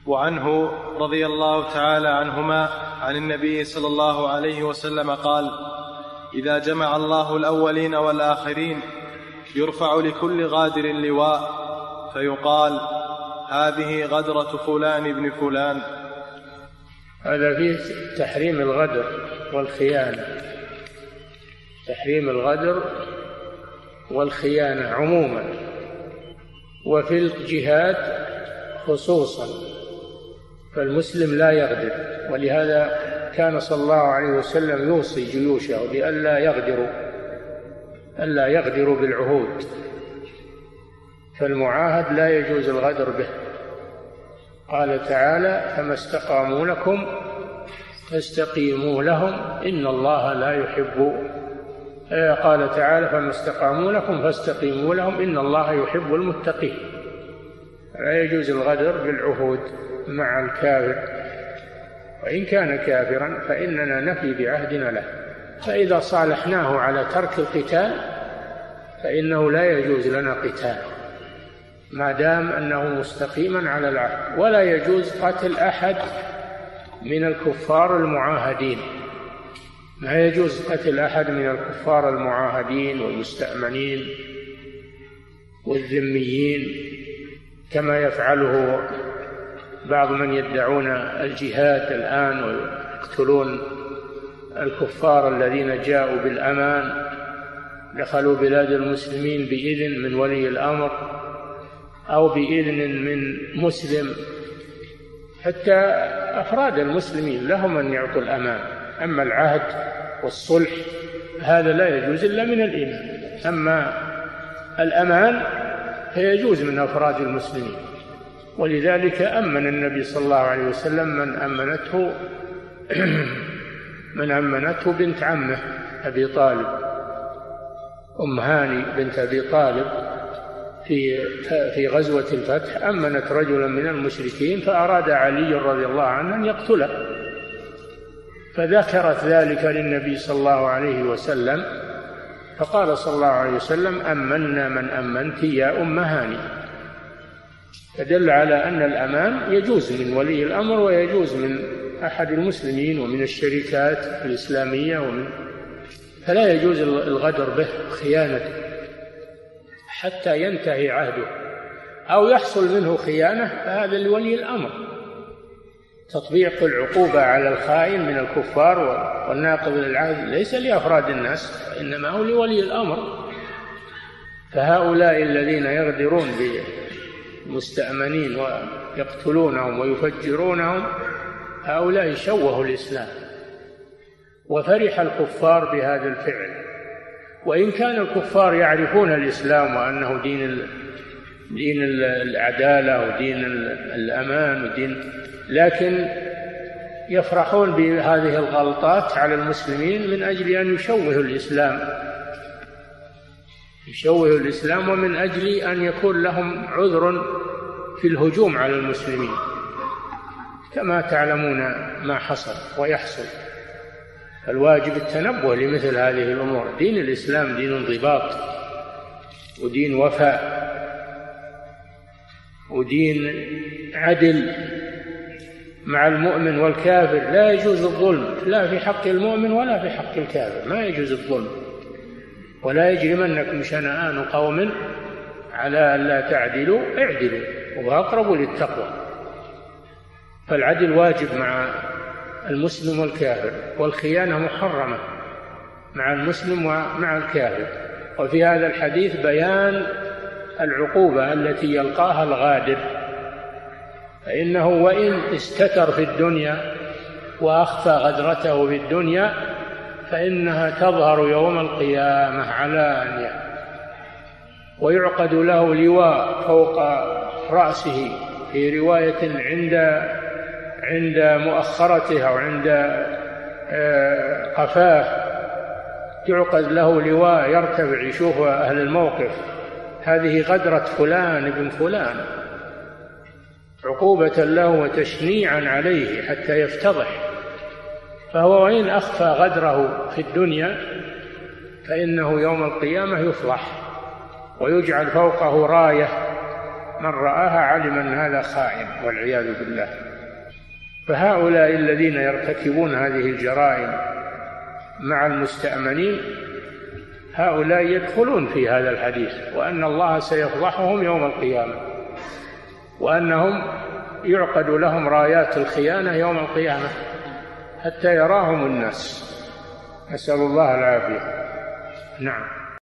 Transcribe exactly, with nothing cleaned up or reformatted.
وعنه رضي الله تعالى عنهما عن النبي صلى الله عليه وسلم قال: إذا جمع الله الأولين والآخرين يرفع لكل غادر لواء فيقال: هذه غدرة فلان ابن فلان. هذا فيه تحريم الغدر والخيانة، تحريم الغدر والخيانة عموما، وفي الجهاد خصوصا، فالمسلم لا يغدر. ولهذا كان صلى الله عليه وسلم يوصي جيوشه بألا يغدروا ألا يغدروا بالعهود، فالمعاهد لا يجوز الغدر به. قال تعالى: فما استقاموا لكم فاستقيموا لهم إن الله لا يحب. قال تعالى: فما استقاموا لكم فاستقيموا لهم إن الله يحب المتقين. لا يجوز الغدر بالعهود مع الكافر، وإن كان كافرا فإننا نفي بعهدنا له. فإذا صالحناه على ترك القتال فإنه لا يجوز لنا قتال ما دام أنه مستقيما على العهد. ولا يجوز قتل أحد من الكفار المعاهدين، ما يجوز قتل أحد من الكفار المعاهدين والمستأمنين والذميين كما يفعله بعض من يدعون الجهاد الآن ويقتلون الكفار الذين جاءوا بالأمان، دخلوا بلاد المسلمين بإذن من ولي الأمر أو بإذن من مسلم. حتى أفراد المسلمين لهم أن يعطوا الأمان، أما العهد والصلح هذا لا يجوز إلا من الإيمان. أما الأمان فيجوز من أفراد المسلمين. ولذلك أمن النبي صلى الله عليه وسلم من أمنته من أمنته بنت عمه أبي طالب، أم هاني بنت أبي طالب، في في غزوة الفتح أمنت رجلا من المشركين، فأراد علي رضي الله عنه أن يقتله، فذكرت ذلك للنبي صلى الله عليه وسلم، فقال صلى الله عليه وسلم: أمنا من أمنت يا أم هاني. فدل على أن الأمان يجوز من ولي الأمر ويجوز من أحد المسلمين ومن الشركات الإسلامية ومن، فلا يجوز الغدر به خيانته حتى ينتهي عهده أو يحصل منه خيانة، فهذا لولي الأمر. تطبيق العقوبة على الخائن من الكفار والناقض للعهد ليس لأفراد الناس، إنما هو لولي الأمر. فهؤلاء الذين يغدرون بالمستأمنين ويقتلونهم ويفجرونهم هؤلاء شوهوا الإسلام، وفرح الكفار بهذا الفعل. وإن كان الكفار يعرفون الإسلام وأنه دين دين العدالة ودين الأمان ودين، لكن يفرحون بهذه الغلطات على المسلمين من أجل أن يشوهوا الإسلام يشوهوا الإسلام ومن أجل أن يكون لهم عذر في الهجوم على المسلمين، كما تعلمون ما حصل ويحصل. الواجب التنبه لمثل هذه الأمور. دين الإسلام دين انضباط ودين وفاء ودين عدل مع المؤمن والكافر. لا يجوز الظلم لا في حق المؤمن ولا في حق الكافر، ما يجوز الظلم. ولا يجرمنكم شنآن قوم على ألا تعدلوا اعدلوا وهو أقرب للتقوى. فالعدل واجب مع المسلم والكافر، والخيانة محرمة مع المسلم ومع الكافر. وفي هذا الحديث بيان العقوبة التي يلقاها الغادر، فإنه وإن استتر في الدنيا وأخفى غدرته في الدنيا فإنها تظهر يوم القيامة علانية، ويعقد له لواء فوق رأسه، في رواية عند عند مؤخرته أو عند قفاه يعقد له لواء يرتفع، يشوف أهل الموقف هذه غدرة فلان ابن فلان، عقوبة له وتشنيعا عليه حتى يفتضح. فهو وإن أخفى غدره في الدنيا فإنه يوم القيامة يفضح ويجعل فوقه راية من رآها علم أن هذا خائن والعياذ بالله. فهؤلاء الذين يرتكبون هذه الجرائم مع المستأمنين هؤلاء يدخلون في هذا الحديث، وأن الله سيفضحهم يوم القيامة، وأنهم يعقد لهم رايات الخيانة يوم القيامة حتى يراهم الناس. نسأل الله العافية. نعم.